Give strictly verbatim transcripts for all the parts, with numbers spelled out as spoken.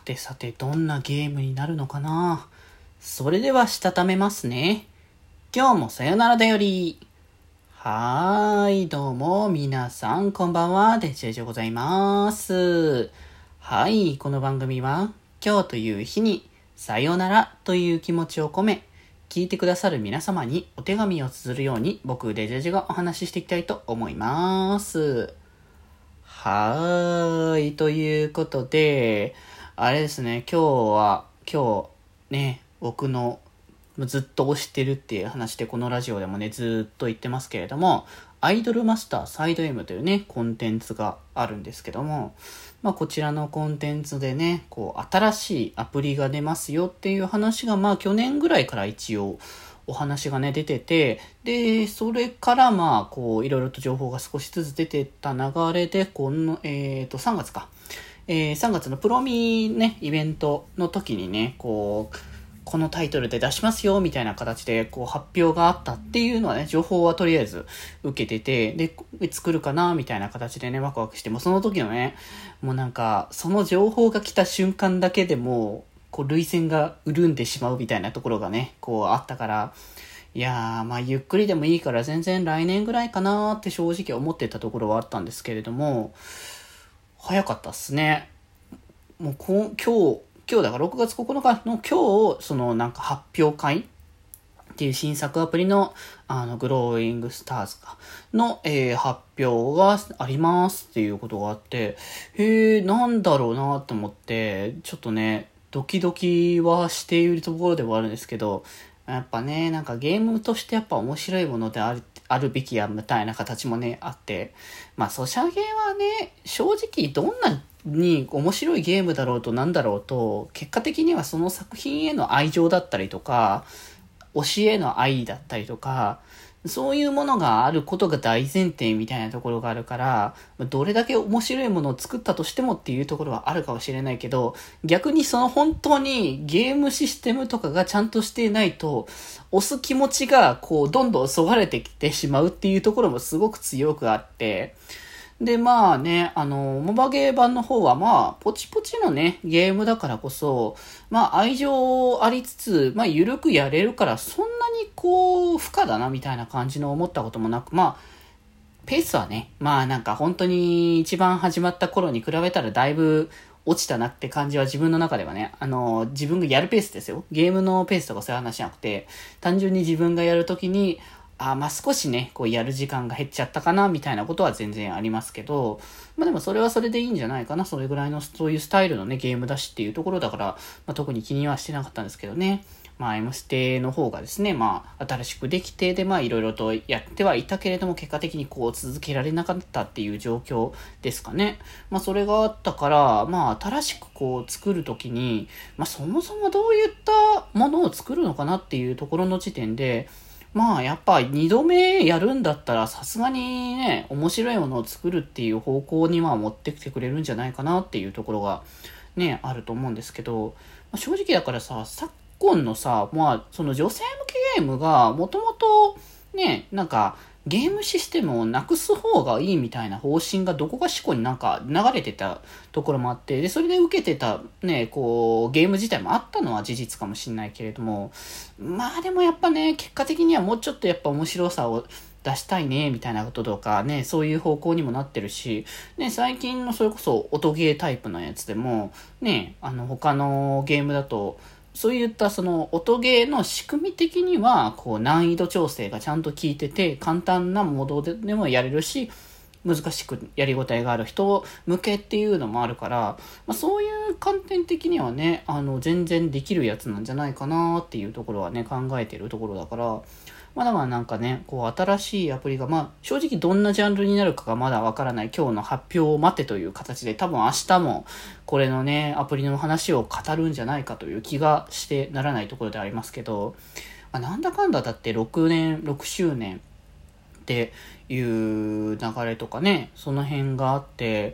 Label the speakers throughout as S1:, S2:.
S1: てさてどんなゲームになるのかな。それではしたためますね。今日もさよならだより。はーい、どうも皆さんこんばんは、デジェジでございます。はい、この番組は今日という日にさよならという気持ちを込め、聞いてくださる皆様にお手紙を綴るように僕デジェジがお話ししていきたいと思います。はーい、ということで、あれですね、今日は、今日ね、僕のずっと推してるっていう話でこのラジオでもね、ずっと言ってますけれども、アイドルマスターサイド M というね、コンテンツがあるんですけども、まあこちらのコンテンツでね、こう新しいアプリが出ますよっていう話がまあ去年ぐらいから一応お話がね出てて、でそれからまあこういろいろと情報が少しずつ出てた流れで、このえっとさんがつか、えー、さんがつのプロミねイベントの時にね、こうこのタイトルで出しますよみたいな形でこう発表があったっていうのはね、情報はとりあえず受けてて、で作るかなみたいな形でねワクワクして、もうその時のね、もうなんかその情報が来た瞬間だけでもこう涙腺が潤んでしまうみたいなところがねこうあったから、いやーまあゆっくりでもいいから全然来年ぐらいかなーって正直思ってたところはあったんですけれども、早かったっすね。もうこ今日今日だからろくがつここのかの今日、そのなんか発表会っていう新作アプリのあのグローイングスターズかの、えー、発表がありますっていうことがあって、へえなんだろうなと思って、ちょっとねドキドキはしているところではあるんですけど、やっぱねなんかゲームとしてやっぱ面白いものであるあるべきやみたいな形もねあって、まあソシャゲはね正直どんなに面白いゲームだろうとなんだろうと、結果的にはその作品への愛情だったりとか推しへの愛だったりとか、そういうものがあることが大前提みたいなところがあるから、どれだけ面白いものを作ったとしてもっていうところはあるかもしれないけど、逆にその本当にゲームシステムとかがちゃんとしていないと、押す気持ちがこうどんどんそがれてきてしまうっていうところもすごく強くあって、でまあね、あのモバゲー版の方はまあポチポチのねゲームだからこそ、まあ愛情ありつつ、まあ緩くやれるから、そんなにこう負荷だなみたいな感じの思ったこともなく、まあペースはね、まあなんか本当に一番始まった頃に比べたらだいぶ落ちたなって感じは自分の中ではね、あの自分がやるペースですよ、ゲームのペースとかそういう話じゃなくて、単純に自分がやるときにあまあ少しねこうやる時間が減っちゃったかなみたいなことは全然ありますけど、まあでもそれはそれでいいんじゃないかな。それぐらいのそういうスタイルのねゲームだしっていうところだから、まあ、特に気にはしてなかったんですけどね。まあ M ステの方がですね、まあ新しくできて、でまあいろいろとやってはいたけれども、結果的にこう続けられなかったっていう状況ですかね。まあそれがあったから、まあ新しくこう作るときに、まあそもそもどういったものを作るのかなっていうところの時点で、まあやっぱ二度目やるんだったらさすがにね面白いものを作るっていう方向には持ってきてくれるんじゃないかなっていうところがねあると思うんですけど、まあ、正直だからさ、昨今のさ、まあその女性向けゲームがもともとねなんかゲームシステムをなくす方がいいみたいな方針がどこかしこになんか流れてたところもあって、でそれで受けてたねこうゲーム自体もあったのは事実かもしれないけれども、まあでもやっぱね結果的にはもうちょっとやっぱ面白さを出したいねみたいなこととかね、そういう方向にもなってるしね、最近のそれこそ音ゲータイプのやつでもね、あの他のゲームだとそういったその音ゲーの仕組み的にはこう難易度調整がちゃんと効いてて、簡単なモードでもやれるし難しくやりごたえがある人向けっていうのもあるから、まあ、そういう観点的にはねあの全然できるやつなんじゃないかなっていうところはね考えてるところだから、まだまだなんかねこう新しいアプリが、まあ正直どんなジャンルになるかがまだわからない、今日の発表を待てという形で、多分明日もこれのねアプリの話を語るんじゃないかという気がしてならないところでありますけど、まあ、なんだかんだだってろくねんろくしゅうねんっていう流れとかね、その辺があって、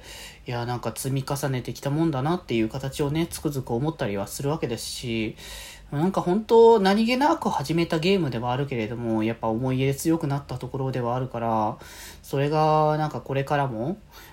S1: いやなんか積み重ねてきたもんだなっていう形をねつくづく思ったりはするわけですし、なんか本当何気なく始めたゲームではあるけれども、やっぱ思い入れ強くなったところではあるから、それがなんかこれからも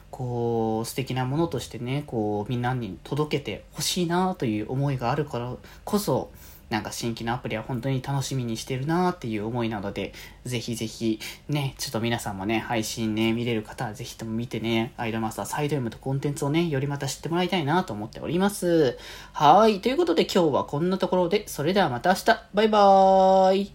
S1: こう、素敵なものとしてね、こう、みんなに届けてほしいなという思いがあるからこそ、なんか新規のアプリは本当に楽しみにしてるなっていう思いなので、ぜひぜひね、ちょっと皆さんもね、配信ね、見れる方はぜひとも見てね、アイドルマスターサイド M とコンテンツをね、よりまた知ってもらいたいなと思っております。はい。ということで今日はこんなところで、それではまた明日。バイバーイ。